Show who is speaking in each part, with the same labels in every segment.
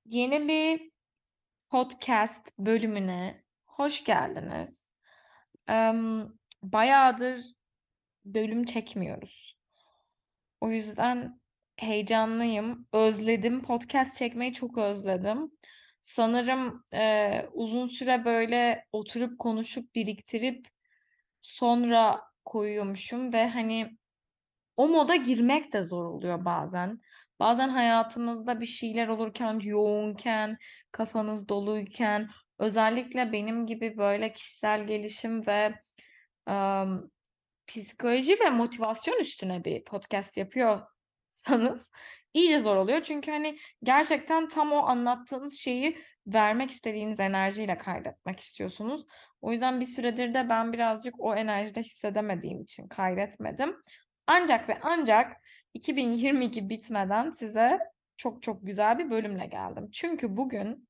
Speaker 1: Yeni bir podcast bölümüne hoş geldiniz. Bayağıdır bölüm çekmiyoruz. O yüzden heyecanlıyım. Özledim. Podcast çekmeyi çok özledim. Sanırım, uzun süre böyle oturup konuşup biriktirip sonra koyuyormuşum ve, hani, o moda girmek de zor oluyor bazen. Bazen hayatımızda bir şeyler olurken, yoğunken, kafanız doluyken, özellikle benim gibi böyle kişisel gelişim ve, emm, psikoloji ve motivasyon üstüne bir podcast yapıyorsanız iyice zor oluyor. Çünkü, hani, gerçekten tam o anlattığınız şeyi vermek istediğiniz enerjiyle kaydetmek istiyorsunuz. O yüzden bir süredir de ben birazcık o enerjide hissedemediğim için kaydetmedim. Ancak ve ancak 2022 bitmeden size çok çok güzel bir bölümle geldim. Çünkü bugün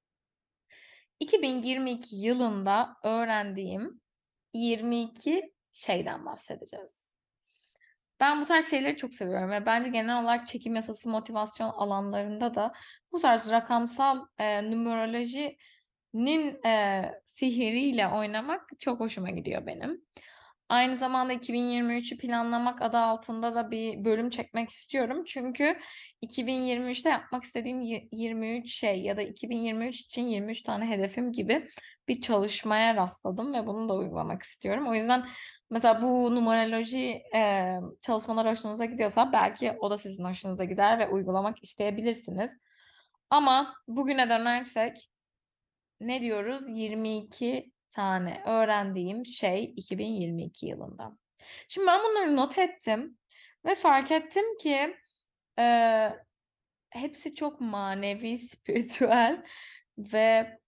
Speaker 1: 2022 yılında öğrendiğim 22 şeyden bahsedeceğiz. Ben bu tarz şeyleri çok seviyorum ve bence genel olarak çekim yasası, motivasyon alanlarında da bu tarz rakamsal, numerolojinin, sihriyle oynamak çok hoşuma gidiyor benim. Aynı zamanda 2023'ü planlamak adı altında da bir bölüm çekmek istiyorum. Çünkü 2023'te yapmak istediğim 23 şey ya da 2023 için 23 tane hedefim gibi bir çalışmaya rastladım ve bunu da uygulamak istiyorum. O yüzden mesela bu numeroloji, çalışmaları hoşunuza gidiyorsa belki o da sizin hoşunuza gider ve uygulamak isteyebilirsiniz. Ama bugüne dönersek ne diyoruz? 22 tane öğrendiğim şey 2022 yılında. Şimdi ben bunları not ettim ve fark ettim ki, eee, hepsi çok manevi, spiritüel ve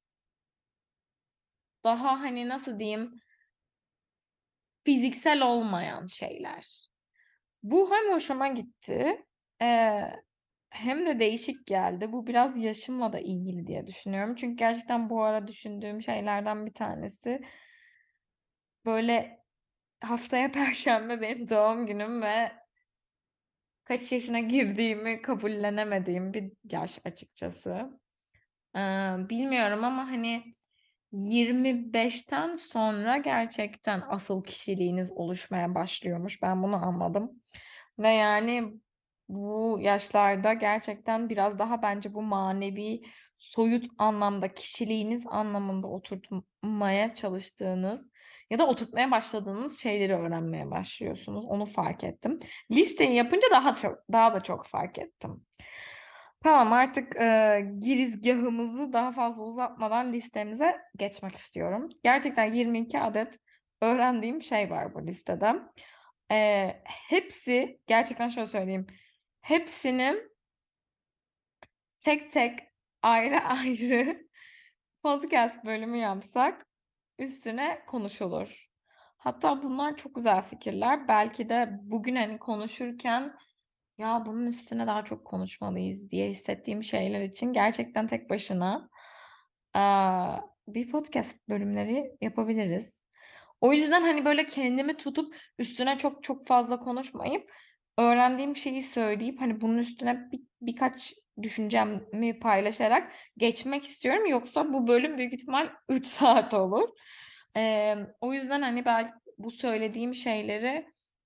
Speaker 1: daha, hani, nasıl diyeyim, fiziksel olmayan şeyler. Bu hem hoşuma gitti, eee, hem de değişik geldi. Bu biraz yaşımla da ilgili diye düşünüyorum. Çünkü gerçekten bu ara düşündüğüm şeylerden bir tanesi, böyle, haftaya perşembe benim doğum günüm ve kaç yaşına girdiğimi kabullenemediğim bir yaş açıkçası. Bilmiyorum ama, hani, 25'ten sonra gerçekten asıl kişiliğiniz oluşmaya başlıyormuş. Ben bunu anladım ve, yani, bu yaşlarda gerçekten biraz daha bence bu manevi, soyut anlamda, kişiliğiniz anlamında oturtmaya çalıştığınız ya da oturtmaya başladığınız şeyleri öğrenmeye başlıyorsunuz. Onu fark ettim. Listeyi yapınca daha da çok fark ettim. Tamam, artık, girizgâhımızı daha fazla uzatmadan listemize geçmek istiyorum. Gerçekten 22 adet öğrendiğim şey var bu listede. Hepsi gerçekten şöyle söyleyeyim, hepsini tek tek, ayrı ayrı podcast bölümü yapsak üstüne konuşulur. Hatta bunlar çok güzel fikirler. Belki de bugün, hani, konuşurken "Ya, bunun üstüne daha çok konuşmalıyız." diye hissettiğim şeyler için gerçekten tek başına, bir podcast bölümleri yapabiliriz. O yüzden, hani, böyle, kendimi tutup üstüne çok çok fazla konuşmayıp, öğrendiğim şeyi söyleyip, hani, bunun üstüne birkaç düşüncemi paylaşarak geçmek istiyorum. Yoksa bu bölüm büyük ihtimal 3 saat olur. O yüzden, hani, bu söylediğim şeyleri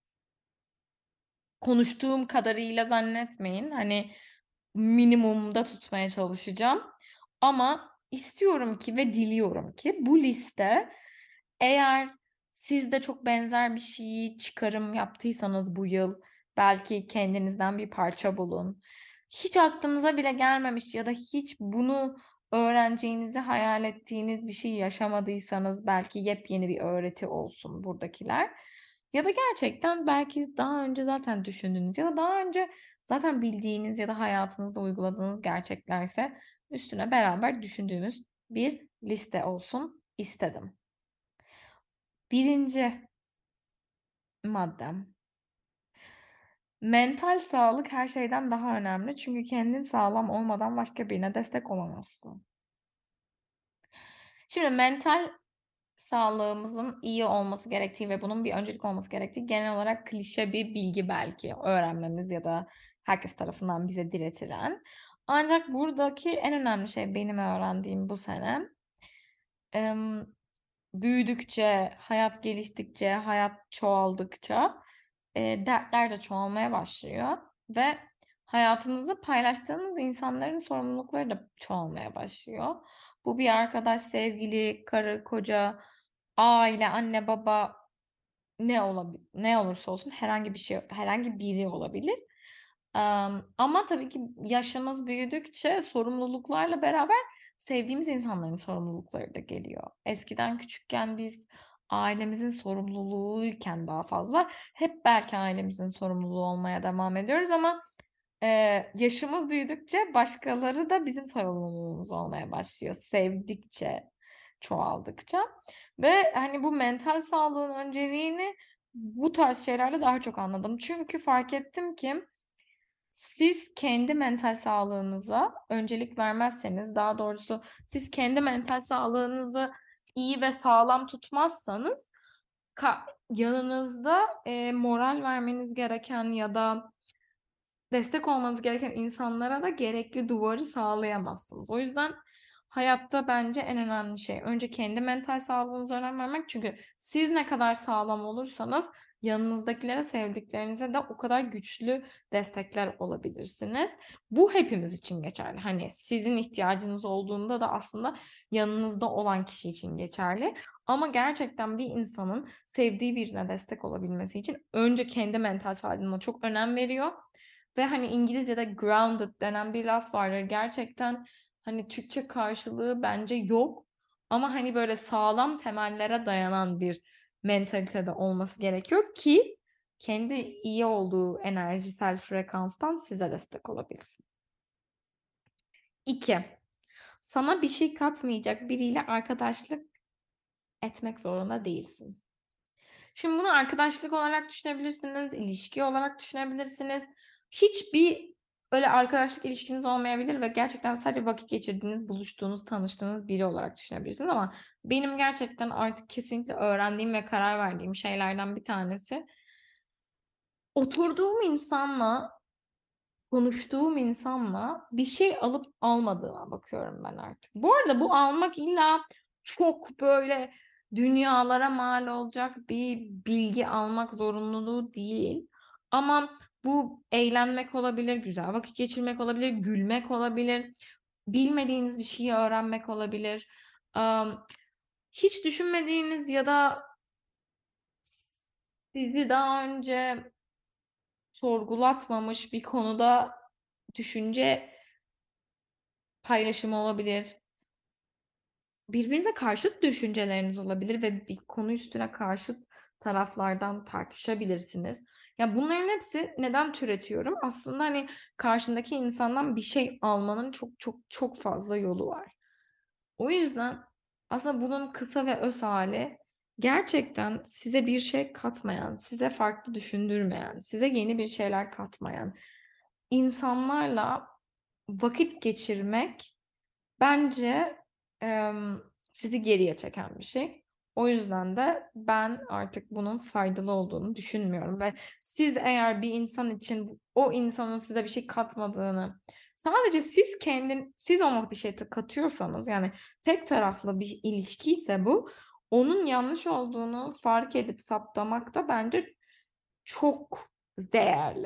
Speaker 1: konuştuğum kadarıyla zannetmeyin. Hani, minimumda tutmaya çalışacağım ama istiyorum ki ve diliyorum ki bu liste eğer siz de çok benzer bir şeyi çıkarım yaptıysanız bu yıl, belki kendinizden bir parça bulun. Hiç aklınıza bile gelmemiş ya da hiç bunu öğreneceğinizi hayal ettiğiniz bir şey yaşamadıysanız belki yepyeni bir öğreti olsun buradakiler. Ya da gerçekten belki daha önce zaten düşündüğünüz ya da daha önce zaten bildiğiniz ya da hayatınızda uyguladığınız gerçeklerse üstüne beraber düşündüğümüz bir liste olsun istedim. Birinci maddem, mental sağlık her şeyden daha önemli. Çünkü kendin sağlam olmadan başka birine destek olamazsın. Şimdi mental sağlığımızın iyi olması gerektiği ve bunun bir öncelik olması gerektiği genel olarak klişe bir bilgi belki öğrenmemiz ya da herkes tarafından bize diretilen. Ancak buradaki en önemli şey benim öğrendiğim bu sene, emm, büyüdükçe, hayat geliştikçe, hayat çoğaldıkça, dertler de çoğalmaya başlıyor ve hayatınızda paylaştığınız insanların sorumlulukları da çoğalmaya başlıyor. Bu bir arkadaş, sevgili, karı, koca, aile, anne, baba ne olursa olsun herhangi biri olabilir. Ama tabii ki yaşımız büyüdükçe sorumluluklarla beraber sevdiğimiz insanların sorumlulukları da geliyor. Eskiden küçükken biz ailemizin sorumluluğuyken daha fazla hep belki ailemizin sorumluluğu olmaya devam ediyoruz ama, yaşımız büyüdükçe başkaları da bizim sorumluluğumuz olmaya başlıyor sevdikçe, çoğaldıkça ve, hani, bu mental sağlığın önceliğini bu tarz şeylerde daha çok anladım. Çünkü fark ettim ki siz kendi mental sağlığınıza öncelik vermezseniz, daha doğrusu siz kendi mental sağlığınızı iyi ve sağlam tutmazsanız ka yanınızda, moral vermeniz gereken ya da destek olmanız gereken insanlara da gerekli duvarı sağlayamazsınız. O yüzden hayatta bence en önemli şey önce kendi mental sağlığınıza önem vermek. Çünkü siz ne kadar sağlam olursanız yanınızdakilere, sevdiklerinize de o kadar güçlü destekler olabilirsiniz. Bu hepimiz için geçerli. Hani sizin ihtiyacınız olduğunda da aslında yanınızda olan kişi için geçerli. Ama gerçekten bir insanın sevdiği birine destek olabilmesi için önce kendi mental sağlığına çok önem veriyor ve, hani, İngilizce'de grounded denen bir laf vardır. Gerçekten, hani, Türkçe karşılığı bence yok ama, hani, böyle sağlam temellere dayanan bir mentalitede olması gerekiyor ki kendi iyi olduğu enerjisel frekanstan size destek olabilsin. 2. Sana bir şey katmayacak biriyle arkadaşlık etmek zorunda değilsin. Şimdi bunu arkadaşlık olarak düşünebilirsiniz, ilişki olarak düşünebilirsiniz. Hiçbir öyle arkadaşlık ilişkiniz olmayabilir ve gerçekten sadece vakit geçirdiğiniz, buluştuğunuz, tanıştığınız biri olarak düşünebilirsiniz ama benim gerçekten artık kesinlikle öğrendiğim ve karar verdiğim şeylerden bir tanesi, oturduğum insanla konuştuğum insanla bir şey alıp almadığına bakıyorum ben artık. Bu arada bu almak illa çok böyle dünyalara mal olacak bir bilgi almak zorunluluğu değil. Ama bu eğlenmek olabilir, güzel vakit geçirmek olabilir, gülmek olabilir, bilmediğiniz bir şeyi öğrenmek olabilir. Hiç düşünmediğiniz ya da sizi daha önce sorgulatmamış bir konuda düşünce paylaşımı olabilir. Birbirinize karşıt düşünceleriniz olabilir ve bir konu üstüne karşıt taraflardan tartışabilirsiniz. Ya, bunların hepsi neden türetiyorum? Aslında, hani, karşındaki insandan bir şey almanın çok, çok, çok fazla yolu var. O yüzden aslında bunun kısa ve öz hâli gerçekten size bir şey katmayan, size farklı düşündürmeyen, size yeni bir şeyler katmayan insanlarla vakit geçirmek bence, sizi geriye çeken bir şey. O yüzden de ben artık bunun faydalı olduğunu düşünmüyorum ve siz eğer bir insan için o insanın size bir şey katmadığını, sadece siz ona bir şey katıyorsanız, yani tek taraflı bir ilişkiyse bu, onun yanlış olduğunu fark edip saptamak da bence çok değerli.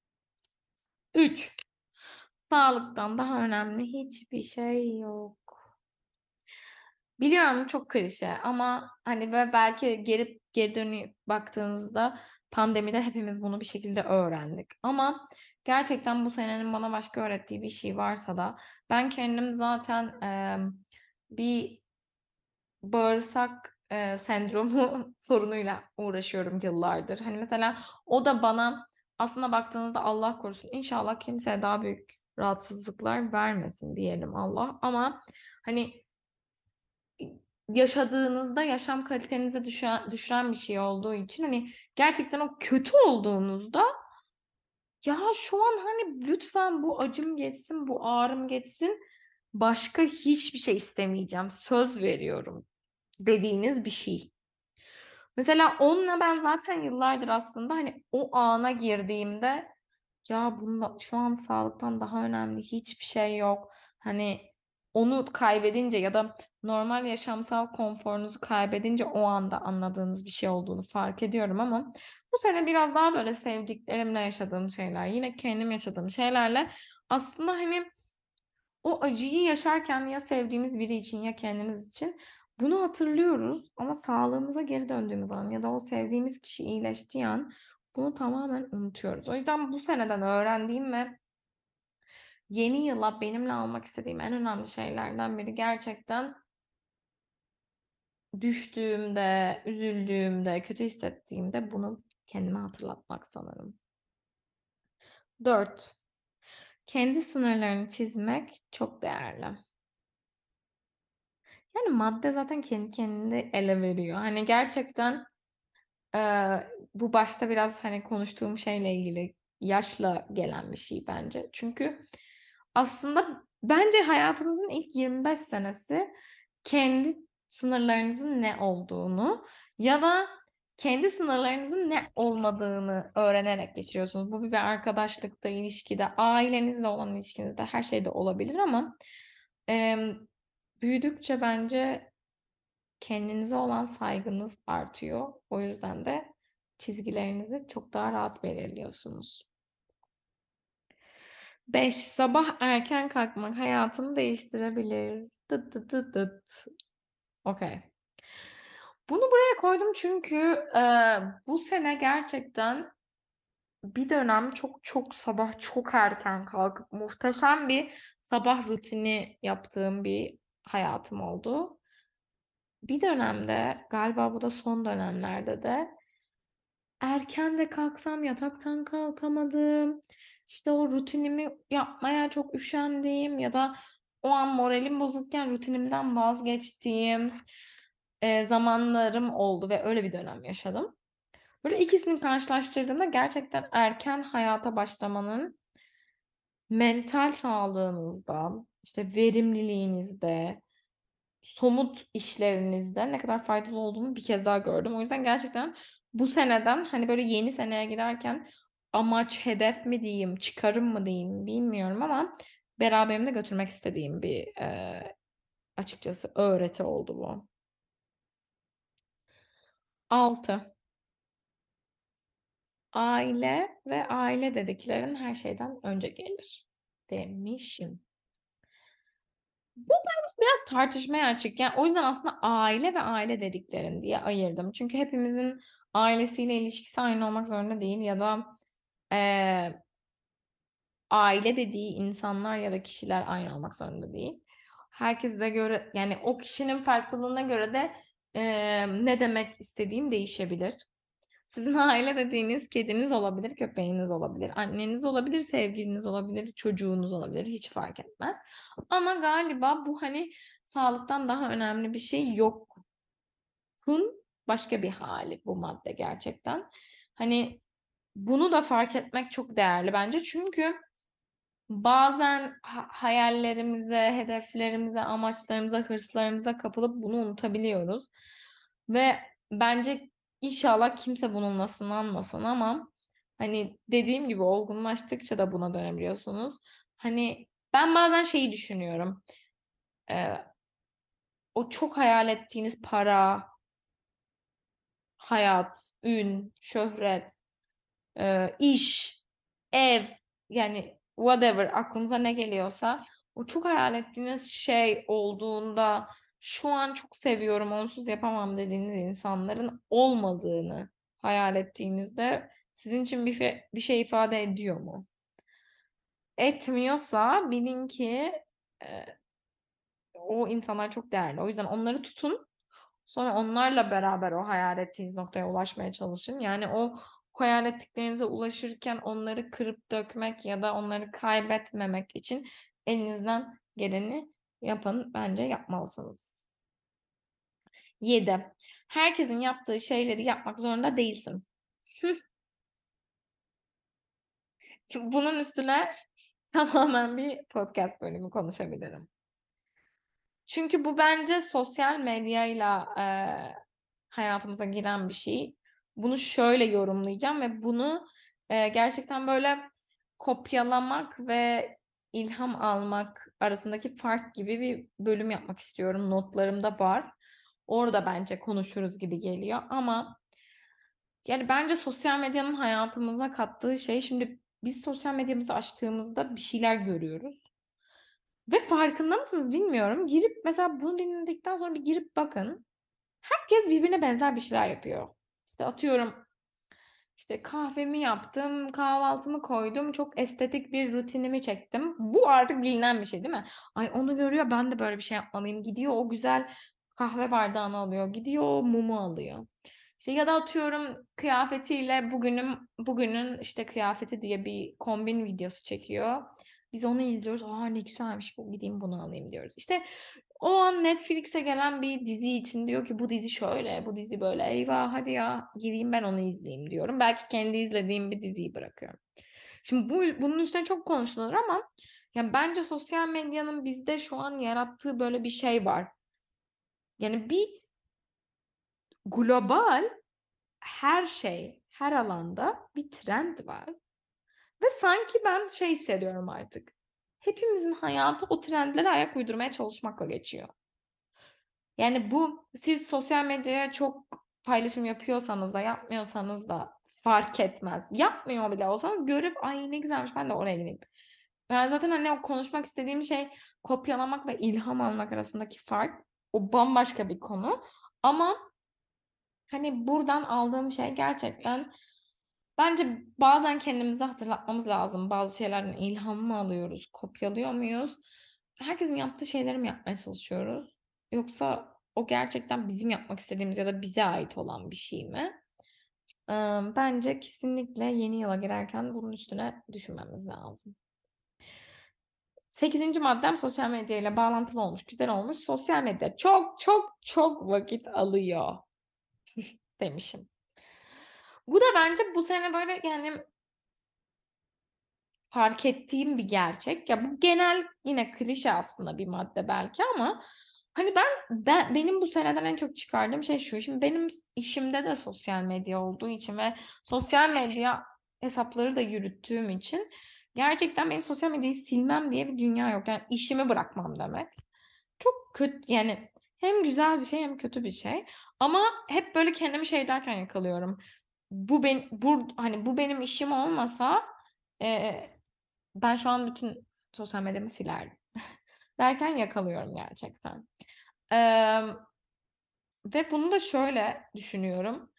Speaker 1: 3. Sağlıktan daha önemli hiçbir şey yok. Biliyorum çok klişe ama, hani, ve belki geri dönüp baktığınızda pandemide hepimiz bunu bir şekilde öğrendik ama gerçekten bu senenin bana başka öğrettiği bir şey varsa da ben kendim zaten, bir bağırsak, sendromu sorunuyla uğraşıyorum yıllardır. Hani, mesela o da bana aslında baktığınızda Allah korusun, inşallah kimseye daha büyük rahatsızlıklar vermesin diyelim Allah ama, hani, yaşadığınızda yaşam kalitenizi düşüren bir şey olduğu için, hani, gerçekten o kötü olduğunuzda, "Ya, şu an, hani, lütfen bu acım geçsin, bu ağrım geçsin, başka hiçbir şey istemeyeceğim, söz veriyorum." dediğiniz bir şey. Mesela onunla ben zaten yıllardır aslında, hani, o ana girdiğimde Ya bunda şu an sağlıktan daha önemli hiçbir şey yok. Hani onu kaybedince ya da normal yaşamsal konforunuzu kaybedince o anda anladığınız bir şey olduğunu fark ediyorum ama bu sene biraz daha böyle sevdiklerimle yaşadığım şeyler, yine kendim yaşadığım şeylerle aslında hani o acıyı yaşarken ya sevdiğimiz biri için ya kendimiz için bunu hatırlıyoruz ama sağlığımıza geri döndüğümüz an ya da o sevdiğimiz kişi iyileştiği an bunu tamamen unutuyoruz. O yüzden bu seneden öğrendiğim ve yeni yıla benimle almak istediğim en önemli şeylerden biri gerçekten düştüğümde, üzüldüğümde, kötü hissettiğimde bunu kendime hatırlatmak sanırım. 4. Kendi sınırlarını çizmek çok değerli. Yani madde zaten kendi kendini ele veriyor. Hani gerçekten, bu başta biraz, hani, konuştuğum şeyle ilgili yaşla gelen bir şey bence. Çünkü aslında bence hayatınızın ilk 25 senesi kendi sınırlarınızın ne olduğunu ya da kendi sınırlarınızın ne olmadığını öğrenerek geçiriyorsunuz. Bu bir arkadaşlıkta, ilişkide, ailenizle olan ilişkinizde, her şeyde olabilir ama, emm, büyüdükçe bence kendinize olan saygınız artıyor. O yüzden de çizgilerinizi çok daha rahat belirliyorsunuz. 5. Sabah erken kalkmak hayatını değiştirebilir. Dıt dıt dıt dıt. Okay. Bunu buraya koydum çünkü, bu sene gerçekten bir dönem çok çok sabah çok erken kalkıp muhteşem bir sabah rutini yaptığım bir hayatım oldu. Bir dönemde, galiba bu da son dönemlerde de erken de kalksam yataktan kalkamadım. İşte, o rutinimi yapmaya çok üşendiğim ya da o an moralim bozukken rutinimden vazgeçtiğim, zamanlarım oldu ve öyle bir dönem yaşadım. Böyle ikisini karşılaştırdığımda gerçekten erken hayata başlamanın mental sağlığınızda, işte, verimliliğinizde, somut işlerinizde ne kadar faydalı olduğunu bir kez daha gördüm. O yüzden gerçekten bu seneden, hani, böyle yeni seneye girerken amaç, hedef mi diyeyim, çıkarım mı diyeyim bilmiyorum ama beraberimde götürmek istediğim bir, açıkçası öğreti oldu bu. 6. Aile ve aile dediklerin her şeyden önce gelir demişim. Bu bence biraz tartışmaya açık. Yani, o yüzden aslında aile ve aile dediklerin diye ayırdım. Çünkü hepimizin ailesiyle ilişkisi aynı olmak zorunda değil ya da, eee, aile dediği insanlar ya da kişiler aynı olmak zorunda değil. Herkese göre, yani, o kişinin farklılığına göre de, ne demek istediğim değişebilir. Sizin aile dediğiniz kediniz olabilir, köpeğiniz olabilir, anneniz olabilir, sevgiliniz olabilir, çocuğunuz olabilir, hiç fark etmez. Ama galiba bu, hani, sağlıktan daha önemli bir şey yokun başka bir hâli bu madde gerçekten. Hani, bunu da fark etmek çok değerli bence. Çünkü bazen hayallerimize, hedeflerimize, amaçlarımıza, hırslarımıza kapılıp bunu unutabiliyoruz ve bence inşallah kimse bununla sınanmasın ama, hani, dediğim gibi olgunlaştıkça da buna dönebiliyorsunuz. Hani, ben bazen şeyi düşünüyorum, eee, o çok hayal ettiğiniz para, hayat, ün, şöhret, iş, ev, yani whatever aklınıza ne geliyorsa o çok hayal ettiğiniz şey olduğunda şu an çok seviyorum, onsuz yapamam dediğiniz insanların olmadığını hayal ettiğinizde sizin için bir şey ifade ediyor mu? Etmiyorsa bilin ki, eee, o insanlar çok değerli. O yüzden onları tutun. Sonra onlarla beraber o hayal ettiğiniz noktaya ulaşmaya çalışın. Yani o hayal ettiklerinize ulaşırken onları kırıp dökmek ya da onları kaybetmemek için elinizden geleni yapın. Bence yapmalısınız. 7. Herkesin yaptığı şeyleri yapmak zorunda değilsin. Bunun üstüne tamamen bir podcast bölümü konuşabilirim. Çünkü bu bence sosyal medyayla, hayatımıza giren bir şey. Bunu şöyle yorumlayacağım ve bunu, gerçekten böyle kopyalamak ve ilham almak arasındaki fark gibi bir bölüm yapmak istiyorum. Notlarımda var. Orada bence konuşuruz gibi geliyor ama yani bence sosyal medyanın hayatımıza kattığı şey şimdi biz sosyal medyamızı açtığımızda bir şeyler görüyoruz ve farkında mısınız bilmiyorum. Girip mesela bunu dinledikten sonra bir girip bakın. Herkes birbirine benzer bir şeyler yapıyor. İşte atıyorum, işte kahvemi yaptım, kahvaltımı koydum, çok estetik bir rutinimi çektim. Bu artık bilinen bir şey değil mi? Ay onu görüyor, ben de böyle bir şey yapmalıyım. Gidiyor o güzel kahve bardağını alıyor, gidiyor o mumu alıyor. İşte ya da atıyorum kıyafetiyle bugünün işte kıyafeti diye bir kombin videosu çekiyor. Biz onu izliyoruz. Aa ne güzelmiş bu, gideyim bunu alayım diyoruz. İşte o an Netflix'e gelen bir dizi için diyor ki bu dizi şöyle, bu dizi böyle. Eyvah hadi ya gireyim ben onu izleyeyim diyorum. Belki kendi izlediğim bir diziyi bırakıyorum. Şimdi bunun üstüne çok konuşulur ama ya bence sosyal medyanın bizde şu an yarattığı böyle bir şey var. Yani bir global her şey, her alanda bir trend var ve sanki ben şey hissediyorum artık. Hepimizin hayatı o trendlere ayak uydurmaya çalışmakla geçiyor. Yani siz sosyal medyaya çok paylaşım yapıyorsanız da yapmıyorsanız da fark etmez. Yapmıyor bile olsanız görüp "Ay, ne güzelmiş, ben de oraya gideyim." Ben zaten, hani, o konuşmak istediğim şey kopyalamak ve ilham almak arasındaki fark. O bambaşka bir konu ama, hani, buradan aldığım şey gerçekten bence bazen kendimize hatırlatmamız lazım. Bazı şeylerden ilham mı alıyoruz, kopyalıyor muyuz? Herkesin yaptığı şeyleri mi yapmaya çalışıyoruz? Yoksa o gerçekten bizim yapmak istediğimiz ya da bize ait olan bir şey mi? Bence kesinlikle yeni yıla girerken bunun üstüne düşünmemiz lazım. 8'inci maddem sosyal medya ile bağlantılı olmuş, güzel olmuş. Sosyal medya çok, çok, çok vakit alıyor demişim. Bu da bence bu sene böyle, yani, fark ettiğim bir gerçek. Ya, bu genel yine klişe aslında bir madde belki ama, hani, benim bu seneden en çok çıkardığım şey şu: Şimdi benim işimde de sosyal medya olduğu için ve sosyal medya hesapları da yürüttüğüm için gerçekten benim sosyal medyayı silmem diye bir dünya yok. Yani işimi bırakmam demek. Çok yani hem güzel bir şey hem kötü bir şey ama hep böyle kendimi şey derken yakalıyorum. Hani, bu benim işim olmasa, eee ben şu an bütün sosyal medyamı silerdim derken yakalıyorum gerçekten. Emm, ve bunu da şöyle düşünüyorum.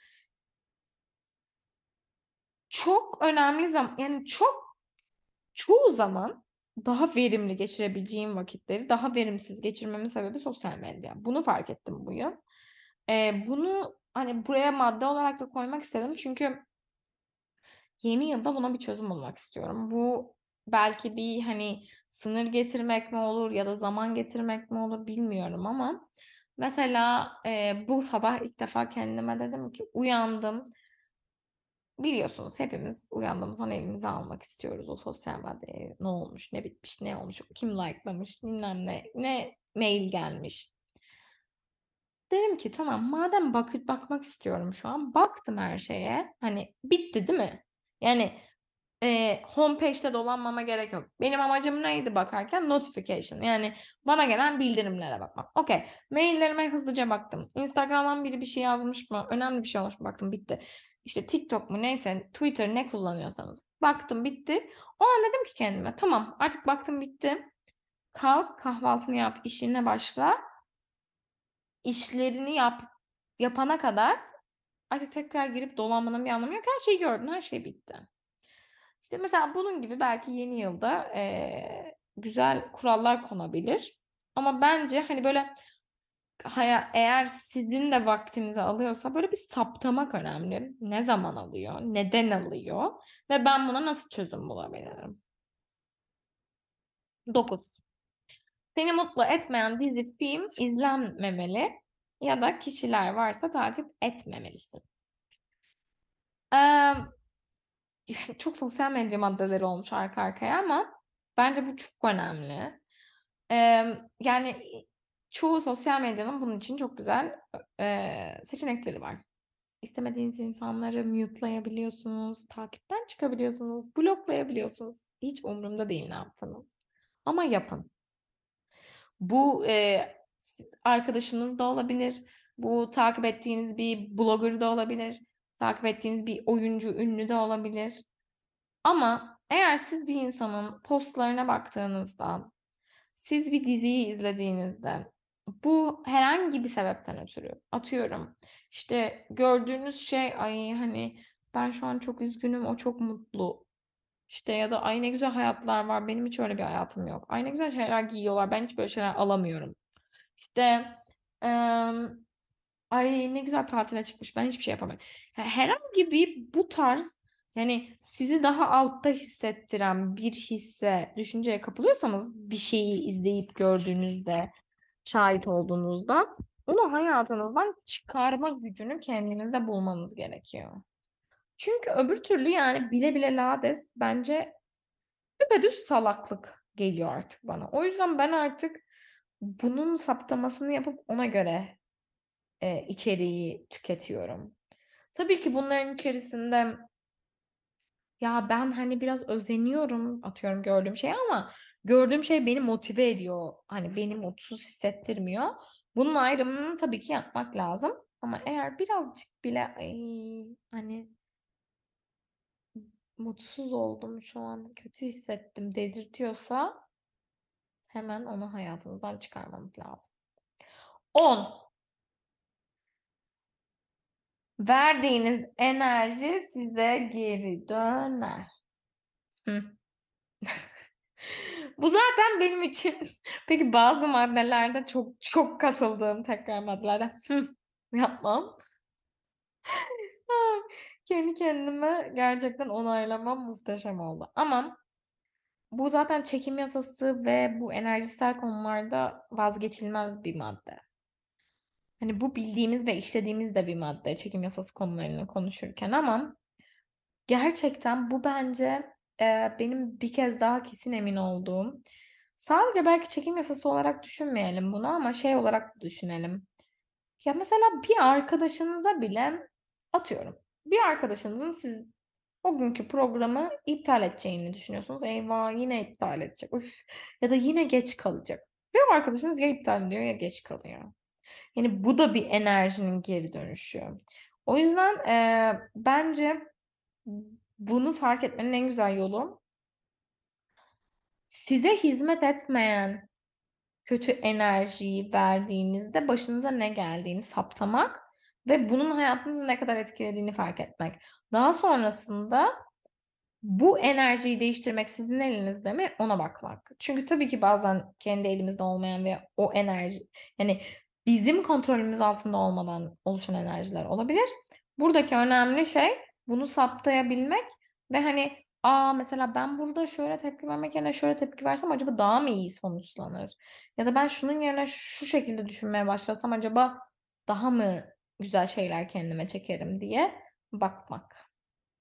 Speaker 1: Çok önemli yani çoğu zaman daha verimli geçirebileceğim vakitleri daha verimsiz geçirmemin sebebi sosyal medya. Bunu fark ettim bu yıl. Bunu, hani, buraya madde olarak da koymak istedim çünkü yeni yılda buna bir çözüm bulmak istiyorum. Bu belki bir, hani, sınır getirmek mi olur ya da zaman getirmek mi olur bilmiyorum ama mesela, bu sabah ilk defa kendime dedim ki uyandım. Biliyorsunuz hepimiz uyandığımızdan elimize almak istiyoruz o sosyal medyayı. Ne olmuş, ne bitmiş, ne olmuş, kim like'lamış, bilmem ne mail gelmiş. Dedim ki tamam madem bakmak istiyorum şu an, baktım her şeye. Hani bitti değil mi? Yani homepage'te dolanmama gerek yok. Benim amacım neydi bakarken? Notification. Yani bana gelen bildirimlere bakmak. Okay. Maillerime hızlıca baktım. Instagram'dan biri bir şey yazmış mı? Önemli bir şey olmuş mu? Baktım, bitti. İşte TikTok mu neyse, Twitter ne kullanıyorsanız. Baktım, bitti. O an dedim ki kendime tamam artık baktım bitti. Kalk kahvaltını yap, işine başla. İşlerini yapana kadar artık tekrar girip dolanmanın bir anlamı yok. Her şeyi gördün, her şey bitti. İşte, mesela bunun gibi belki yeni yılda, güzel kurallar konabilir ama bence, hani, böyle, eğer sizin de vaktinizi alıyorsa, böyle, bir saptamak önemli. Ne zaman alıyor, neden alıyor ve ben buna nasıl çözüm bulabilirim? 9. Seni mutlu etmeyen dizi, film izlenmemeli ya da kişiler varsa takip etmemelisin. Emm, çok sosyal medya maddeleri olmuş arka arkaya ama bence bu çok önemli. Yani, çoğu sosyal medyanın bunun için çok güzel, seçenekleri var. İstemediğiniz insanları mute'layabiliyorsunuz, takipten çıkabiliyorsunuz, bloklayabiliyorsunuz. Hiç umurumda değil ne yaptığınız ama yapın. Bu, arkadaşınız da olabilir, bu takip ettiğiniz bir blogger da olabilir, takip ettiğiniz bir oyuncu, ünlü de olabilir ama eğer siz bir insanın postlarına baktığınızda, siz bir diziyi izlediğinizde, bu herhangi bir sebepten ötürü, atıyorum, işte, gördüğünüz şey, "Ay, hani, ben şu an çok üzgünüm, o çok mutlu." İşte, ya da, "Ay, ne güzel hayatlar var, benim hiç öyle bir hayatım yok. Ay, ne güzel şeyler giyiyorlar, ben hiç böyle şeyler alamıyorum." İşte, emm, "Ay, ne güzel tatile çıkmış, ben hiçbir şey yapamıyorum." Herhangi bir bu tarz, yani, sizi daha altta hissettiren bir hisse, düşünceye kapılıyorsanız bir şeyi izleyip gördüğünüzde, şahit olduğunuzda onu hayatınızdan çıkarma gücünü kendinizde bulmanız gerekiyor. Çünkü öbür türlü, yani, bile bile lades bence düpedüz salaklık geliyor artık bana. O yüzden ben artık bunun saptamasını yapıp ona göre, içeriği tüketiyorum. Tabii ki bunların içerisinde, ya, ben, hani, biraz özeniyorum, atıyorum, gördüğüm şeye ama gördüğüm şey beni motive ediyor. Hani, beni mutsuz hissettirmiyor. Bunun ayrımını tabii ki yapmak lazım ama eğer birazcık bile, "Ay, hani, mutsuz oldum şu an, kötü hissettim." dedirtiyorsa hemen onu hayatınızdan çıkarmanız lazım. 10. Verdiğiniz enerji size geri döner. Hıh. Bu zaten benim için peki bazı maddelerde çok çok katıldığım tekrar maddelerden yapmam. Kendi kendime gerçekten onaylamam muhteşem oldu. Ama bu zaten çekim yasası ve bu enerjisel konularda vazgeçilmez bir madde. Hani, bu bildiğimiz ve işlediğimiz de bir madde çekim yasası konularını konuşurken ama gerçekten bu bence, benim bir kez daha kesin emin olduğum, sadece belki çekim yasası olarak düşünmeyelim bunu ama şey olarak da düşünelim. Ya, mesela bir arkadaşınıza bile atıyorum, bir arkadaşınızın siz o günkü programı iptal edeceğini düşünüyorsunuz. "Eyvah, yine iptal edecek. Üf!" ya da yine geç kalacak ve o arkadaşınız ya iptal ediyor ya geç kalıyor. Yani, bu da bir enerjinin geri dönüşü. O yüzden, bence bunu fark etmenin en güzel yolu, size hizmet etmeyen kötü enerjiyi verdiğinizde başınıza ne geldiğini saptamak ve bunun hayatınızı ne kadar etkilediğini fark etmek. Daha sonrasında bu enerjiyi değiştirmek sizin elinizde mi, ona bakmak. Çünkü tabii ki bazen kendi elimizde olmayan ve o enerji, yani, bizim kontrolümüz altında olmadan oluşan enerjiler olabilir. Buradaki önemli şey bunu saptayabilmek ve, hani, mesela ben burada şöyle tepki vermek yerine şöyle tepki versem acaba daha mı iyi sonuçlanır? Ya da ben şunun yerine şu şekilde düşünmeye başlasam acaba daha mı güzel şeyler kendime çekerim diye bakmak.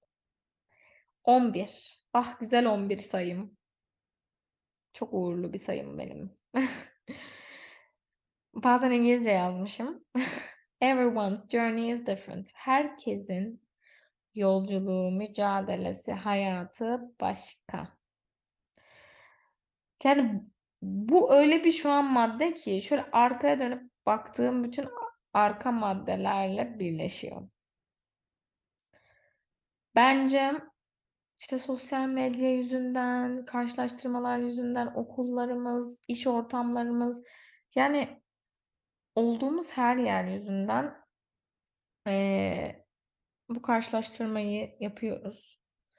Speaker 1: 11. Ah, güzel 11 sayım. Çok uğurlu bir sayım benim. Bazen İngilizce yazmışım. Everyone's journey is different. Herkesin yolculuğu, mücadelesi, hayatı başka. Yani, bu öyle bir şu an madde ki şöyle arkaya dönüp baktığım bütün arka maddelerle birleşiyor. Bence İşte, sosyal medya yüzünden, karşılaştırmalar yüzünden, okullarımız, iş ortamlarımız, yani, olduğumuz her yer yüzünden, eee, bu karşılaştırmayı yapıyoruz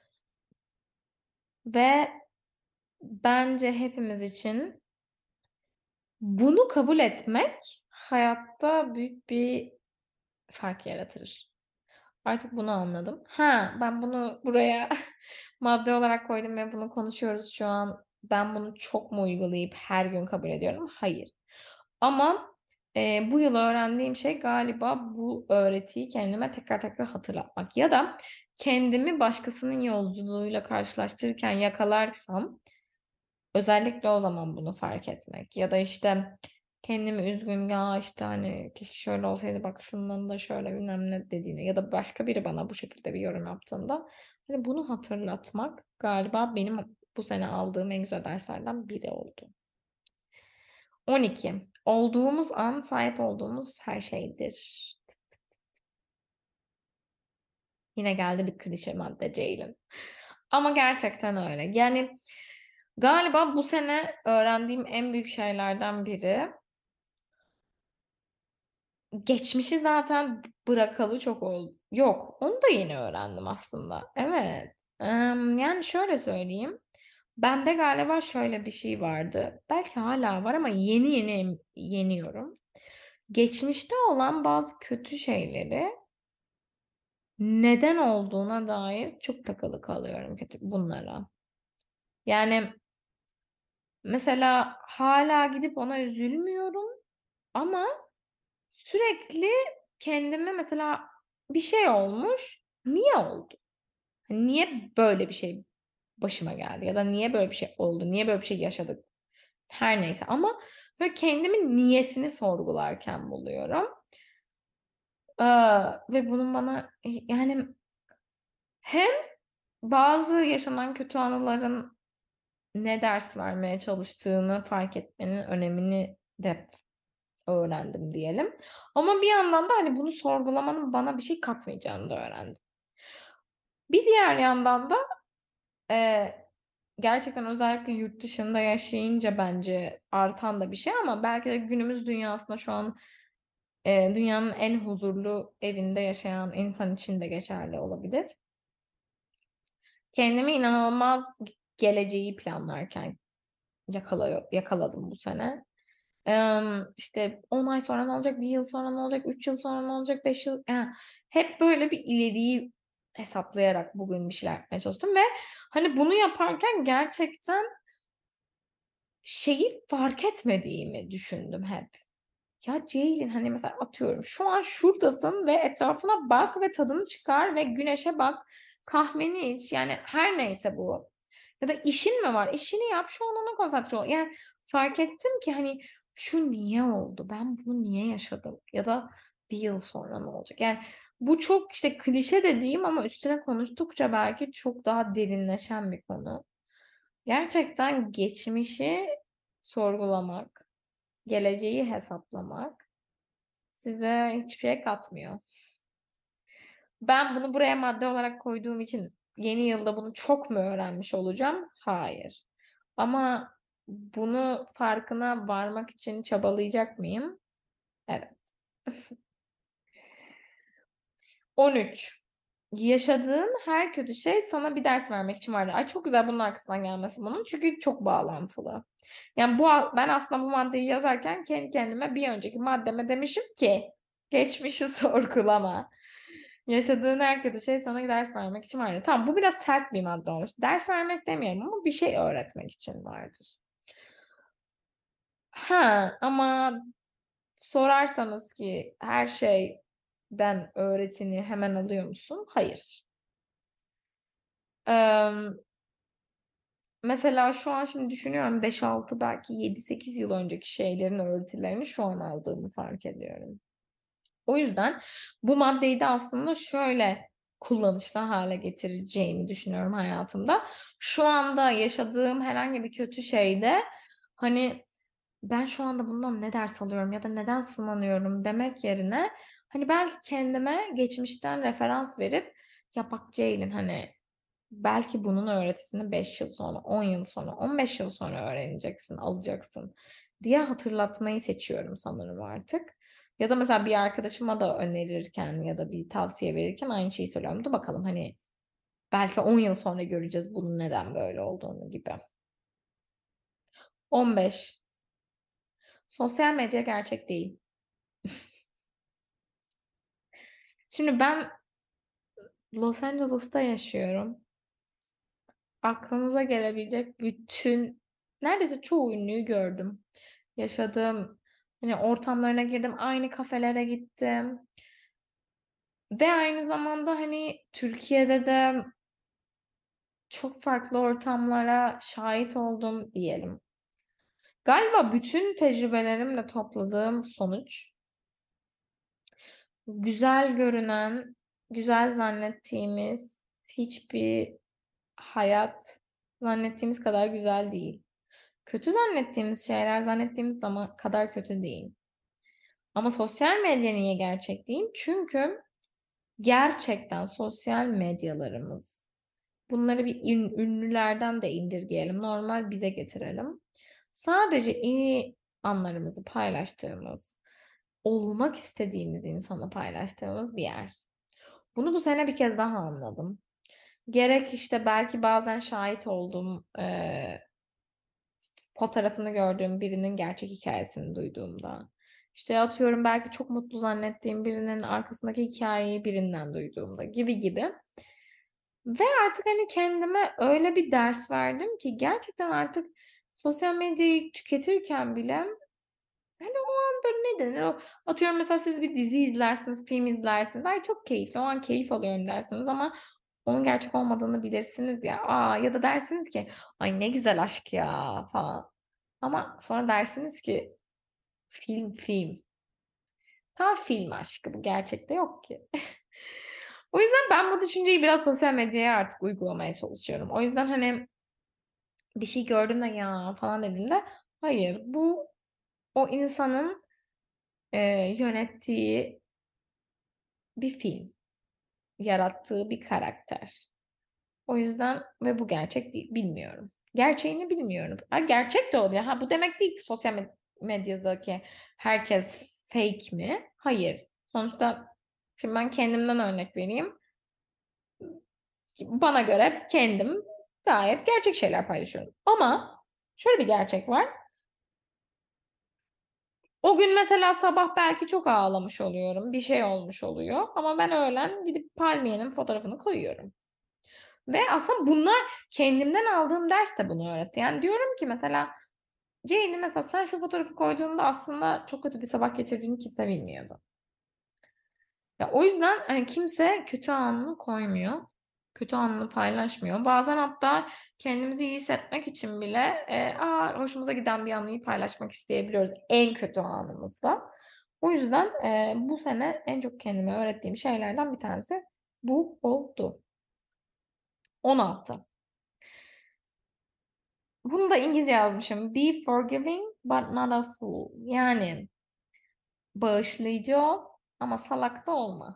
Speaker 1: ve bence hepimiz için bunu kabul etmek hayatta büyük bir fark yaratır. Artık bunu anladım. Ben bunu buraya madde olarak koydum ve bunu konuşuyoruz şu an. Ben bunu çok mu uygulayıp her gün kabul ediyorum? Hayır. Ama, bu yıl öğrendiğim şey galiba bu öğretiyi kendime tekrar tekrar hatırlatmak ya da kendimi başkasının yolculuğuyla karşılaştırırken yakalarsam özellikle o zaman bunu fark etmek ya da, işte, kendimi üzgün, "Ya, işte, hani, keşke şöyle olsaydı, bak şundan da şöyle bilmem ne." dediğinde ya da başka biri bana bu şekilde bir yorum yaptığında, hani, bunu hatırlatmak galiba benim bu sene aldığım en güzel derslerden biri oldu. 12. Olduğumuz an sahip olduğumuz her şeydir. Yine geldi bir klişe madde Ceylin. Ama gerçekten öyle. Yani galiba bu sene öğrendiğim en büyük şeylerden biri, geçmişi zaten bırakalı çok oldu. Yok, onu da yeni öğrendim aslında. Evet. Yani şöyle söyleyeyim, bende galiba şöyle bir şey vardı. Belki hâlâ var ama yeni yeni yeniyorum. Geçmişte olan bazı kötü şeyleri neden olduğuna dair çok takılı kalıyorum bunlara. Yani, mesela hâlâ gidip ona üzülmüyorum ama sürekli kendime mesela bir şey olmuş, niye oldu? Hani, niye böyle bir şey başıma geldi ya da niye böyle bir şey oldu, niye böyle bir şey yaşadık? Her neyse ama böyle kendimin niyesini sorgularken buluyorum. Ve bunun bana, yani hem bazı yaşanan kötü anıların ne ders vermeye çalıştığını fark etmenin önemini de öğrendim diyelim. Ama bir yandan da, hani, bunu sorgulamanın bana bir şey katmayacağını da öğrendim. Bir diğer yandan da, eee, gerçekten özellikle yurt dışında yaşayınca bence artan da bir şey ama belki de günümüz dünyasında şu an, dünyanın en huzurlu evinde yaşayan insan için de geçerli olabilir. Kendimi inanılmaz geleceği planlarken yakaladım bu sene. İşte 10 ay sonra ne olacak, 1 yıl sonra ne olacak, 3 yıl sonra ne olacak, 5 yıl hep böyle bir ileriyi hesaplayarak bugün bir şeyler yapmaya çalıştım ve, hani, bunu yaparken gerçekten şeyi fark etmediğimi düşündüm hep. Ya Ceylin, hani, mesela atıyorum, şu an şuradasın ve etrafına bak ve tadını çıkar ve güneşe bak, kahveni iç, yani her neyse bu. Ya da işin mi var? İşini yap, şu an ona konsantre ol. Yani fark ettim ki, hani, şu niye oldu? Ben bunu niye yaşadım? Ya da bir yıl sonra ne olacak? Yani bu çok, işte, klişe dediğim ama üstüne konuştukça belki çok daha derinleşen bir konu. Gerçekten geçmişi sorgulamak, geleceği hesaplamak size hiçbir şey katmıyor. Ben bunu buraya madde olarak koyduğum için yeni yılda bunu çok mu öğrenmiş olacağım? Hayır. Ama bunu farkına varmak için çabalayacak mıyım? Evet. 13. Yaşadığın her kötü şey sana bir ders vermek için vardır. Ay, çok güzel bunun arkasından gelmesi bunun çünkü çok bağlantılı. Yani ben aslında bu maddeyi yazarken kendi kendime bir önceki maddeme demişim ki geçmişi sorgulama. Yaşadığın her kötü şey sana ders vermek için vardır. Tamam, bu biraz sert bir madde olmuş. Ders vermek demiyorum ama bir şey öğretmek için vardır. Ama sorarsanız ki her şeyden öğretini hemen alıyor musun? Hayır. Emm, Mesela şu an şimdi düşünüyorum 5-6 belki 7-8 yıl önceki şeylerin öğretilerini şu an aldığımı fark ediyorum. O yüzden bu maddeyi de aslında şöyle kullanışlı hâle getireceğimi düşünüyorum hayatımda. Şu anda yaşadığım herhangi bir kötü şeyde, hani, ben şu anda bundan ne ders alıyorum ya da neden sınanıyorum demek yerine, hani, belki kendime geçmişten referans verip, ya bak Ceylin, hani, belki bunun öğretisini 5 yıl sonra, 10 yıl sonra, 15 yıl sonra öğreneceksin, alacaksın diye hatırlatmayı seçiyorum sanırım artık. Ya da mesela bir arkadaşıma da önerirken ya da bir tavsiye verirken aynı şeyi söylüyorum. Dur bakalım, hani, belki 10 yıl sonra göreceğiz bunun neden böyle olduğunu gibi. 15. Sosyal medya gerçek değil. Şimdi ben Los Angeles'ta yaşıyorum. Aklınıza gelebilecek neredeyse çoğu ünlüyü gördüm. Yaşadığım, hani, ortamlarına girdim, aynı kafelere gittim ve aynı zamanda, hani, Türkiye'de de çok farklı ortamlara şahit oldum diyelim. Galiba bütün tecrübelerimle topladığım sonuç, güzel görünen, güzel zannettiğimiz hiçbir hayat zannettiğimiz kadar güzel değil. Kötü zannettiğimiz şeyler zannettiğimiz zaman kadar kötü değil. Ama sosyal medya niye gerçek değil? Çünkü gerçekten sosyal medyalarımız, bunları bir ünlülerden de indirgeyelim, normal bize getirelim. Sadece iyi anlarımızı paylaştığımız, olmak istediğimiz insanla paylaştığımız bir yer. Bunu bu sene bir kez daha anladım. Gerek, işte, belki bazen şahit olduğum, fotoğrafını gördüğüm birinin gerçek hikâyesini duyduğumda, işte, atıyorum belki çok mutlu zannettiğim birinin arkasındaki hikâyeyi birinden duyduğumda gibi gibi ve artık, hani, kendime öyle bir ders verdim ki gerçekten artık sosyal medyayı tüketirken bile, hani, o an böyle ne denir, o atıyorum mesela siz bir dizi izlersiniz, film izlersiniz. "Ay, çok keyifli, o an keyif alıyorum." dersiniz ama onun gerçek olmadığını bilirsiniz ya. Ya da dersiniz ki, "Ay, ne güzel aşk ya." falan. Ama sonra dersiniz ki, "Film, film." Tam film aşkı bu, gerçekte yok ki. O yüzden ben bu düşünceyi biraz sosyal medyaya artık uygulamaya çalışıyorum. O yüzden, hani, bir şey gördüğümde, "Ya." falan dediğimde, hayır, bu o insanın, yönettiği bir film, yarattığı bir karakter. O yüzden ve bu gerçek değil, bilmiyorum. Gerçeğini bilmiyorum. Gerçek de olabilir. Bu demek değil ki sosyal medyadaki herkes fake mi? Hayır. Sonuçta şimdi ben kendimden örnek vereyim. Bana göre kendim gayet gerçek şeyler paylaşıyorum. Ama şöyle bir gerçek var. O gün mesela sabah belki çok ağlamış oluyorum, bir şey olmuş oluyor ama ben öğlen gidip palmiyenin fotoğrafını koyuyorum. Ve aslında bunlar kendimden aldığım ders de bunu öğretti. Yani diyorum ki mesela, Ceylin mesela sen şu fotoğrafı koyduğunda aslında çok kötü bir sabah geçirdiğini kimse bilmiyordu. Ya, o yüzden, hani, kimse kötü anını koymuyor. Kötü anını paylaşmıyor. Bazen hatta kendimizi iyi hissetmek için bile, hoşumuza giden bir anıyı paylaşmak isteyebiliyoruz en kötü anımızda. O yüzden, bu sene en çok kendime öğrettiğim şeylerden bir tanesi bu oldu. 16. Bunu da İngilizce yazmışım. Be forgiving but not a fool. Yani bağışlayıcı ol ama salak da olma.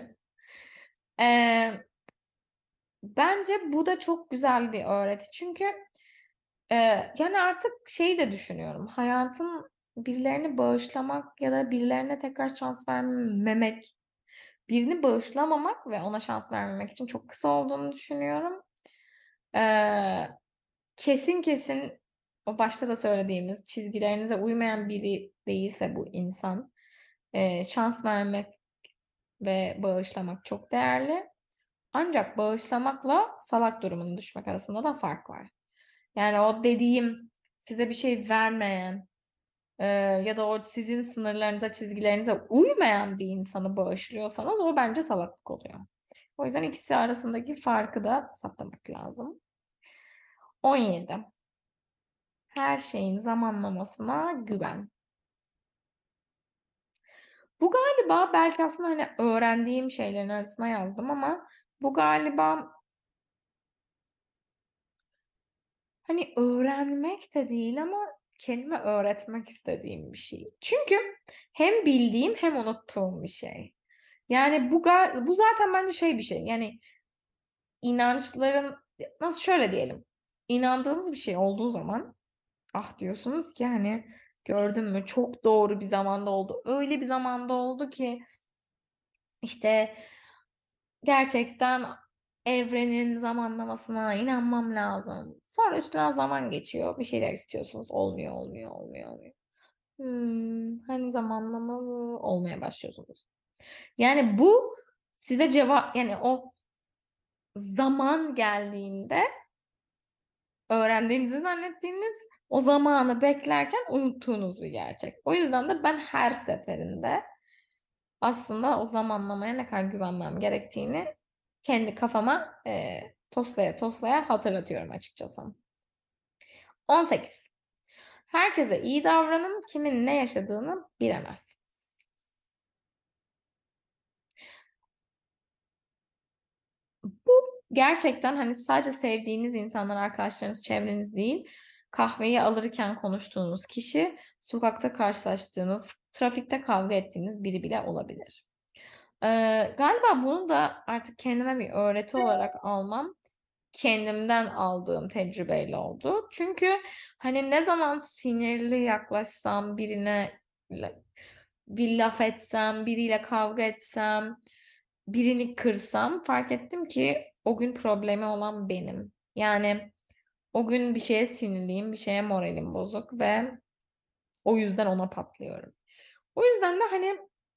Speaker 1: Eee, bence bu da çok güzel bir öğreti. Çünkü, yani, artık şeyi de düşünüyorum, hayatın birilerini bağışlamak ya da birilerine tekrar şans vermemek, birini bağışlamamak ve ona şans vermemek için çok kısa olduğunu düşünüyorum. Eee Kesin kesin o başta da söylediğimiz çizgilerinize uymayan biri değilse bu insan, şans vermek ve bağışlamak çok değerli. Ancak bağışlamakla salak durumuna düşmek arasında da fark var. Yani o dediğim size bir şey vermeyen, eee, ya da o sizin sınırlarınıza, çizgilerinize uymayan bir insanı bağışlıyorsanız o bence salaklık oluyor. O yüzden ikisi arasındaki farkı da saptamak lazım. 17. Her şeyin zamanlamasına güven. Bu galiba belki aslında, hani, öğrendiğim şeylerin arasına yazdım ama bu galiba, hani, öğrenmek de değil ama kendime öğretmek istediğim bir şey. Çünkü hem bildiğim hem unuttuğum bir şey. Yani bu zaten bence şey bir şey, yani, inançların nasıl şöyle diyelim, inandığınız bir şey olduğu zaman, diyorsunuz ki, hani, "Gördün mü, çok doğru bir zamanda oldu. Öyle bir zamanda oldu ki, işte, gerçekten evrenin zamanlamasına inanmam lazım." Sonra üstünden zaman geçiyor, bir şeyler istiyorsunuz, olmuyor, olmuyor, olmuyor, olmuyor. Hani zamanlama mı? Olmaya başlıyorsunuz. Yani bu size yani o zaman geldiğinde öğrendiğinizi zannettiğiniz, o zamanı beklerken unuttuğunuz bir gerçek. O yüzden de ben her seferinde aslında o zamanlamaya ne kadar güvenmem gerektiğini kendi kafama, toslaya toslaya hatırlatıyorum açıkçası. 18. Herkese iyi davranın, kimin ne yaşadığını bilemezsiniz. Bu gerçekten, hani, sadece sevdiğiniz insanlar, arkadaşlarınız, çevreniz değil, kahveyi alırken konuştuğunuz kişi, sokakta karşılaştığınız, trafikte kavga ettiğiniz biri bile olabilir. Galiba bunu da artık kendime bir öğreti olarak almam, kendimden aldığım tecrübeyle oldu. Çünkü, hani, ne zaman sinirli yaklaşsam birine, bir laf etsem, biriyle kavga etsem, birini kırsam fark ettim ki o gün problemi olan benim. Yani o gün bir şeye sinirliyim, bir şeye moralim bozuk ve o yüzden ona patlıyorum. O yüzden de, hani,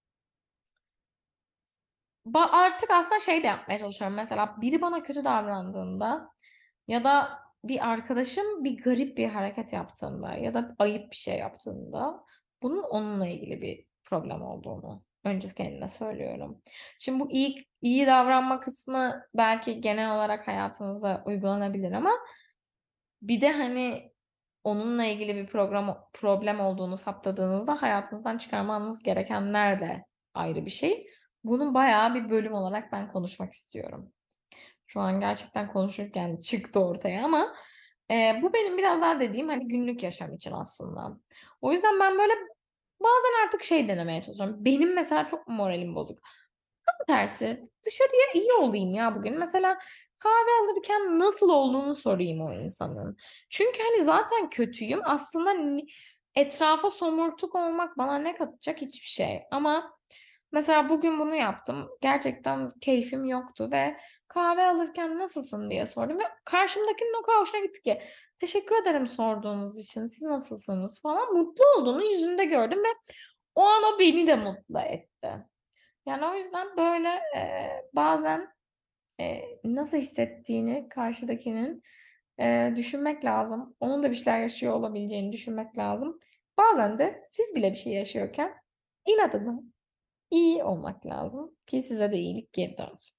Speaker 1: artık aslında şey de yapmaya çalışıyorum mesela biri bana kötü davrandığında ya da bir arkadaşım bir garip bir hareket yaptığında ya da ayıp bir şey yaptığında bunun onunla ilgili bir problem olduğunu önce kendime söylüyorum. Şimdi bu iyi davranma kısmı belki genel olarak hayatınıza uygulanabilir ama bir de, hani, onunla ilgili bir problem olduğunu saptadığınızda hayatınızdan çıkarmanız gerekenler de ayrı bir şey. Bunun bayağı bir bölüm olarak ben konuşmak istiyorum. Şu an gerçekten konuşurken çıktı ortaya ama, bu benim biraz daha dediğim, hani, günlük yaşam için aslında. O yüzden ben, böyle, bazen artık şey denemeye çalışıyorum. Benim mesela çok moralim bozuk. Tersi, dışarıya iyi olayım ya bugün. Mesela kahve alırken nasıl olduğunu sorayım o insanın. Çünkü, hani, zaten kötüyüm. Aslında etrafa somurtuk olmak bana ne katacak? Hiçbir şey. Ama mesela bugün bunu yaptım. Gerçekten keyfim yoktu ve kahve alırken "Nasılsın?" diye sordum ve karşımdakinin o kadar hoşuna gitti ki. "Teşekkür ederim sorduğunuz için. Siz nasılsınız?" falan. Mutlu olduğunu yüzünde gördüm ve o an o beni de mutlu etti. Yani, o yüzden, böyle, bazen, nasıl hissettiğini karşıdakinin, düşünmek lazım. Onun da bir şeyler yaşıyor olabileceğini düşünmek lazım. Bazen de siz bile bir şey yaşıyorken inadına iyi olmak lazım ki size de iyilik geri dönsün.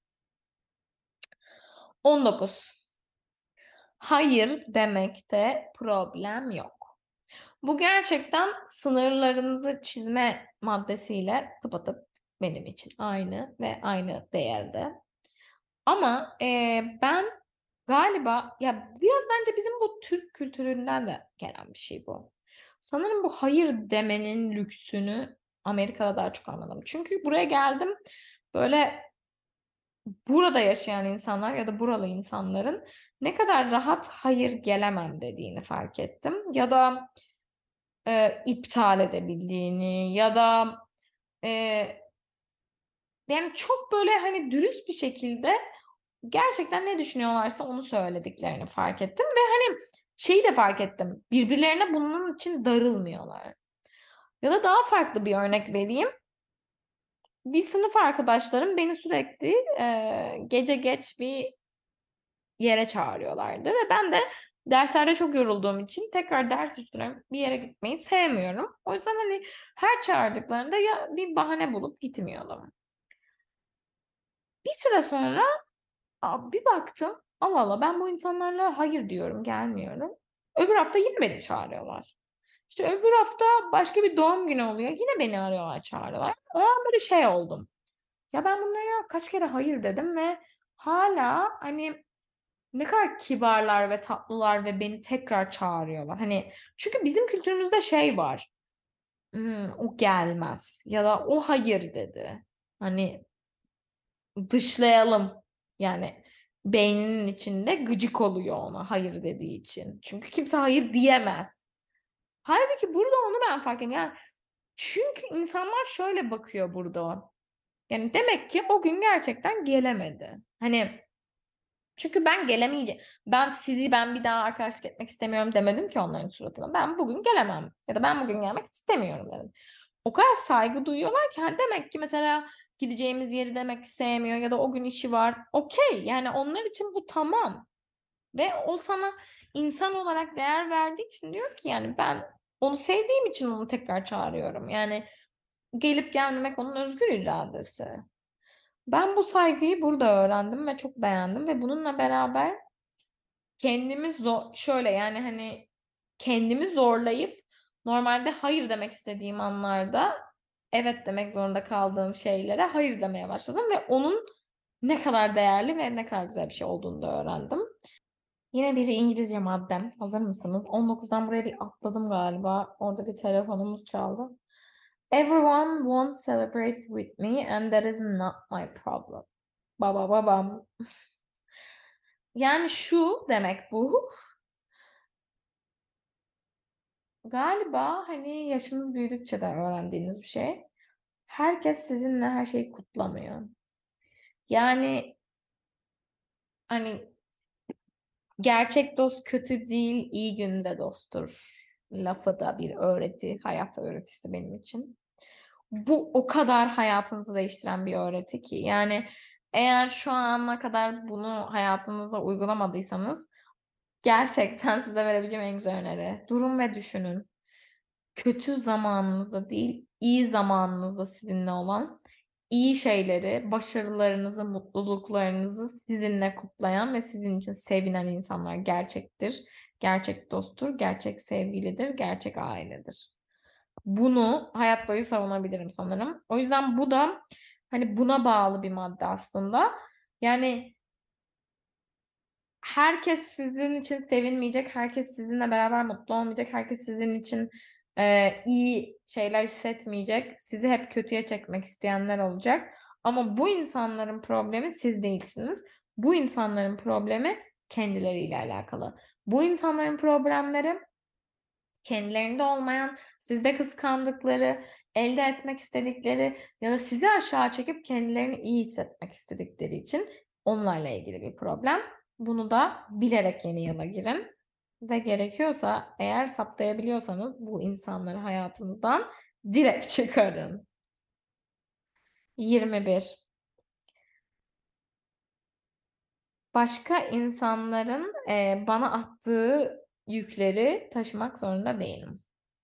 Speaker 1: 19. Hayır demekte problem yok. Bu gerçekten sınırlarınızı çizme maddesiyle tıpatıp benim için aynı ve aynı değerde. Ama, ben galiba ya, biraz bence bizim bu Türk kültüründen de gelen bir şey bu. Sanırım bu hayır demenin lüksünü Amerika'da daha çok anladım. Çünkü buraya geldim, böyle, burada yaşayan insanlar ya da buralı insanların ne kadar rahat hayır gelemem dediğini fark ettim ya da, iptal edebildiğini ya da, eee, yani, çok, böyle, hani, dürüst bir şekilde gerçekten ne düşünüyorlarsa onu söylediklerini fark ettim ve, hani, şeyi de fark ettim, birbirlerine bunun için darılmıyorlar. Ya da daha farklı bir örnek vereyim. Bir sınıf arkadaşlarım beni sürekli, gece geç bir yere çağırıyorlardı ve ben de derslerde çok yorulduğum için tekrar ders üstüne bir yere gitmeyi sevmiyorum. O yüzden, hani, her çağırdıklarında ya bir bahane bulup gitmiyordum. Bir süre sonra bir baktım, Allah Allah ben bu insanlarla hayır diyorum, gelmiyorum. Öbür hafta yine beni çağırıyorlar. İşte öbür hafta başka bir doğum günü oluyor, yine beni arıyorlar, çağırıyorlar. O an böyle şey oldum. Ya ben bunlara kaç kere hayır dedim ve hâlâ, hani, ne kadar kibarlar ve tatlılar ve beni tekrar çağırıyorlar. Hani, çünkü bizim kültürümüzde şey var, o gelmez ya da o hayır dedi. Hani, dışlayalım. Yani beyninin içinde gıcık oluyor ona hayır dediği için. Çünkü kimse hayır diyemez. Hâlbuki burada onu ben fark ettim. Yani çünkü insanlar şöyle bakıyor burada. Yani demek ki o gün gerçekten gelemedi. Hani çünkü ben bir daha arkadaşlık etmek istemiyorum demedim ki onların suratına. Ben bugün gelemem ya da ben bugün gelmek istemiyorum dedim. O kadar saygı duyuyorlar ki, hani, demek ki mesela gideceğimiz yeri demek ki sevmiyor ya da o gün işi var. Okay, yani onlar için bu tamam ve o sana insan olarak değer verdiği için diyor ki, yani, ben onu sevdiğim için onu tekrar çağırıyorum. Yani gelip gelmemek onun özgür iradesi. Ben bu saygıyı burada öğrendim ve çok beğendim ve bununla beraber kendimi şöyle, yani, hani, kendimi zorlayıp normalde hayır demek istediğim anlarda evet demek zorunda kaldığım şeylere hayır demeye başladım ve onun ne kadar değerli ve ne kadar güzel bir şey olduğunu da öğrendim. Yine bir İngilizce maddem. Hazır mısınız? 19'dan buraya bir atladım galiba. Orada bir telefonumuz çaldı. Everyone won't celebrate with me and that is not my problem. Baba babam. Yani şu demek bu. Galiba hani yaşınız büyüdükçe de öğrendiğiniz bir şey. Herkes sizinle her şeyi kutlamıyor. Yani hani gerçek dost kötü değil, iyi günde dosttur. Lafı da bir öğreti, hayat öğretisi benim için. Bu o kadar hayatınızı değiştiren bir öğreti ki. Yani eğer şu ana kadar bunu hayatınıza uygulamadıysanız gerçekten size verebileceğim en güzel öneri. Durun ve düşünün. Kötü zamanınızda değil, iyi zamanınızda sizinle olan, iyi şeyleri, başarılarınızı, mutluluklarınızı sizinle kutlayan ve sizin için sevinen insanlar gerçektir. Gerçek dosttur, gerçek sevgilidir, gerçek ailedir. Bunu hayat boyu savunabilirim sanırım. O yüzden bu da, hani, buna bağlı bir madde aslında. Yani herkes sizin için sevinmeyecek, herkes sizinle beraber mutlu olmayacak, herkes sizin için, iyi şeyler hissetmeyecek. Sizi hep kötüye çekmek isteyenler olacak ama bu insanların problemi siz değilsiniz. Bu insanların problemi kendileriyle alakalı. Bu insanların problemleri kendilerinde olmayan, sizde kıskandıkları, elde etmek istedikleri ya da sizi aşağı çekip kendilerini iyi hissetmek istedikleri için onlarla ilgili bir problem. Bunu da bilerek yeni yıla girin ve gerekiyorsa eğer saptayabiliyorsanız bu insanları hayatınızdan direkt çıkarın. 21. Başka insanların, bana attığı yükleri taşımak zorunda değilim.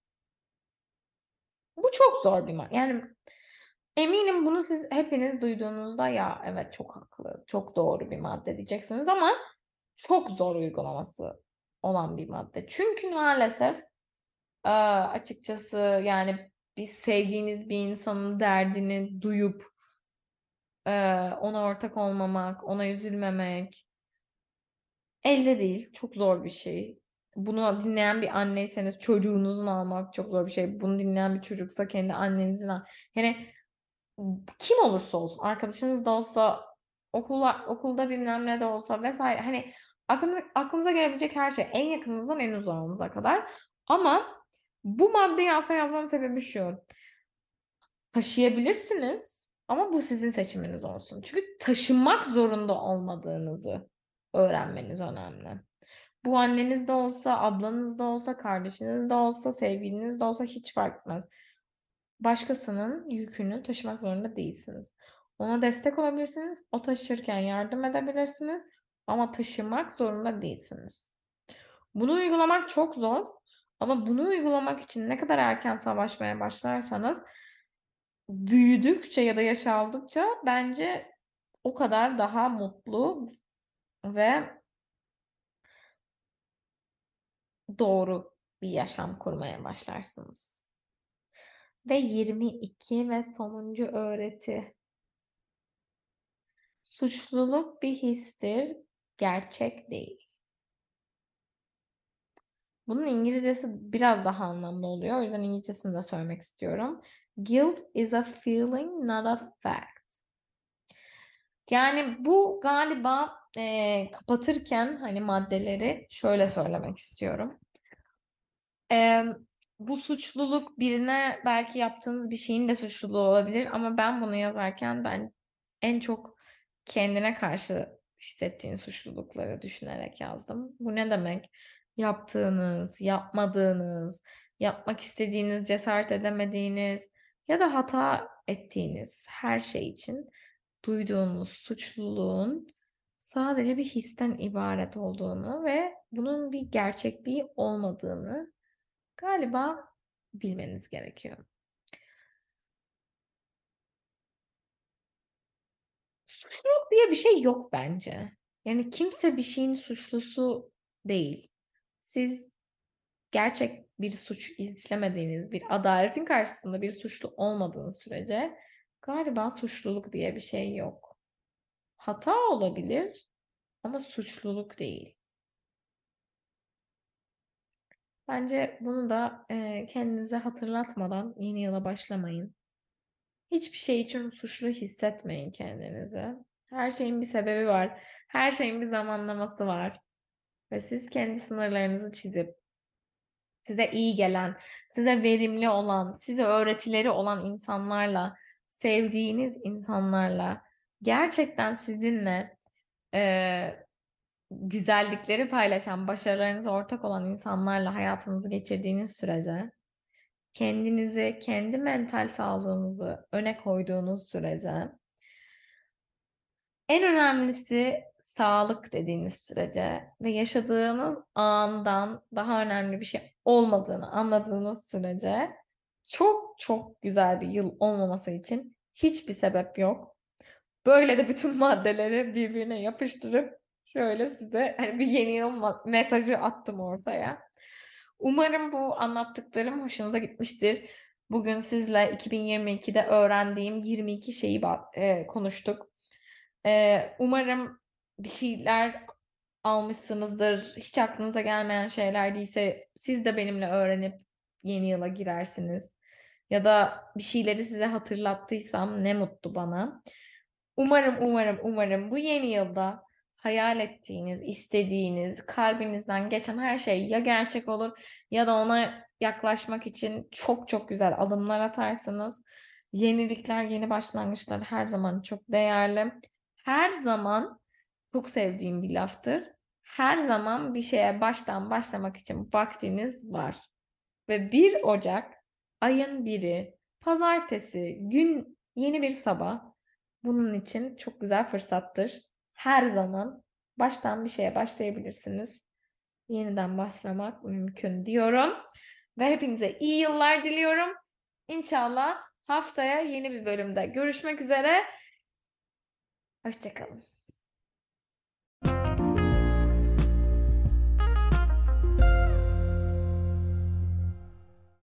Speaker 1: Bu çok zor bir yani eminim bunu siz hepiniz duyduğunuzda "Ya, evet, çok haklı, çok doğru bir madde." diyeceksiniz ama çok zor uygulaması olan bir madde. Çünkü maalesef, açıkçası, yani, biz sevdiğiniz bir insanın derdini duyup, ona ortak olmamak, ona üzülmemek elde değil, çok zor bir şey. Bunu dinleyen bir anneyseniz çocuğunuzun almak çok zor bir şey. Bunu dinleyen bir çocuksa kendi annenizin yani kim olursa olsun, arkadaşınız da olsa, okulda bilmem ne de olsa vs. hani aklınıza gelebilecek her şey, en yakınınızdan en uzağınıza kadar ama bu maddeyi aslında yazmamın sebebi şu: taşıyabilirsiniz ama bu sizin seçiminiz olsun. Çünkü taşımak zorunda olmadığınızı öğrenmeniz önemli. Bu anneniz de olsa, ablanız da olsa, kardeşiniz de olsa, sevgiliniz de olsa hiç fark etmez. Başkasının yükünü taşımak zorunda değilsiniz. Ona destek olabilirsiniz, o taşırken yardım edebilirsiniz ama taşımak zorunda değilsiniz. Bunu uygulamak çok zor ama bunu uygulamak için ne kadar erken savaşmaya başlarsanız büyüdükçe ya da yaş aldıkça bence o kadar daha mutlu ve doğru bir yaşam kurmaya başlarsınız. Ve 22 ve sonuncu öğreti. Suçluluk bir histir, gerçek değil. Bunun İngilizcesi biraz daha anlamlı oluyor. O yüzden İngilizcesini de söylemek istiyorum. Guilt is a feeling, not a fact. Yani bu galiba, kapatırken, hani, maddeleri şöyle söylemek istiyorum. Emm, Bu suçluluk birine belki yaptığınız bir şeyin de suçluluğu olabilir ama ben bunu yazarken ben en çok kendine karşı hissettiğin suçlulukları düşünerek yazdım. Bu ne demek? Yaptığınız, yapmadığınız, yapmak istediğiniz, cesaret edemediğiniz ya da hata ettiğiniz her şey için duyduğunuz suçluluğun sadece bir histen ibaret olduğunu ve bunun bir gerçekliği olmadığını galiba bilmeniz gerekiyor. Suçluluk diye bir şey yok bence. Yani kimse bir şeyin suçlusu değil. Siz gerçek bir suç işlemediğiniz, bir adaletin karşısında bir suçlu olmadığınız sürece galiba suçluluk diye bir şey yok. hata olabilir ama suçluluk değil. Bence bunu da, kendinize hatırlatmadan yeni yıla başlamayın. Hiçbir şey için suçlu hissetmeyin kendinizi. Her şeyin bir sebebi var. Her şeyin bir zamanlaması var ve siz kendi sınırlarınızı çizip size iyi gelen, size verimli olan, size öğretileri olan insanlarla, sevdiğiniz insanlarla, gerçekten sizinle, eee, güzellikleri paylaşan, başarılarınıza ortak olan insanlarla hayatınızı geçirdiğiniz sürece, kendinizi, kendi mental sağlığınızı öne koyduğunuz sürece, en önemlisi sağlık dediğiniz sürece ve yaşadığınız andan daha önemli bir şey olmadığını anladığınız sürece çok çok güzel bir yıl olmaması için hiçbir sebep yok. Böyle de bütün maddeleri birbirine yapıştırıp şöyle size, hani, bir yeni yıl mesajı attım ortaya. Umarım bu anlattıklarım hoşunuza gitmiştir. Bugün sizle 2022'de öğrendiğim 22 şeyi konuştuk. Umarım bir şeyler almışsınızdır. Hiç aklınıza gelmeyen şeyler değilse siz de benimle öğrenip yeni yıla girersiniz ya da bir şeyleri size hatırlattıysam ne mutlu bana. Umarım bu yeni yılda hayal ettiğiniz, istediğiniz, kalbinizden geçen her şey ya gerçek olur ya da ona yaklaşmak için çok çok güzel adımlar atarsınız. Yenilikler, yeni başlangıçlar her zaman çok değerli. Her zaman çok sevdiğim bir laftır. Her zaman bir şeye baştan başlamak için vaktiniz var ve 1 Ocak ayın 1'i pazartesi, gün yeni bir sabah bunun için çok güzel fırsattır. Her zaman baştan bir şeye başlayabilirsiniz. Yeniden başlamak mümkün diyorum ve hepinize iyi yıllar diliyorum. İnşallah haftaya yeni bir bölümde görüşmek üzere. Hoşça kalın.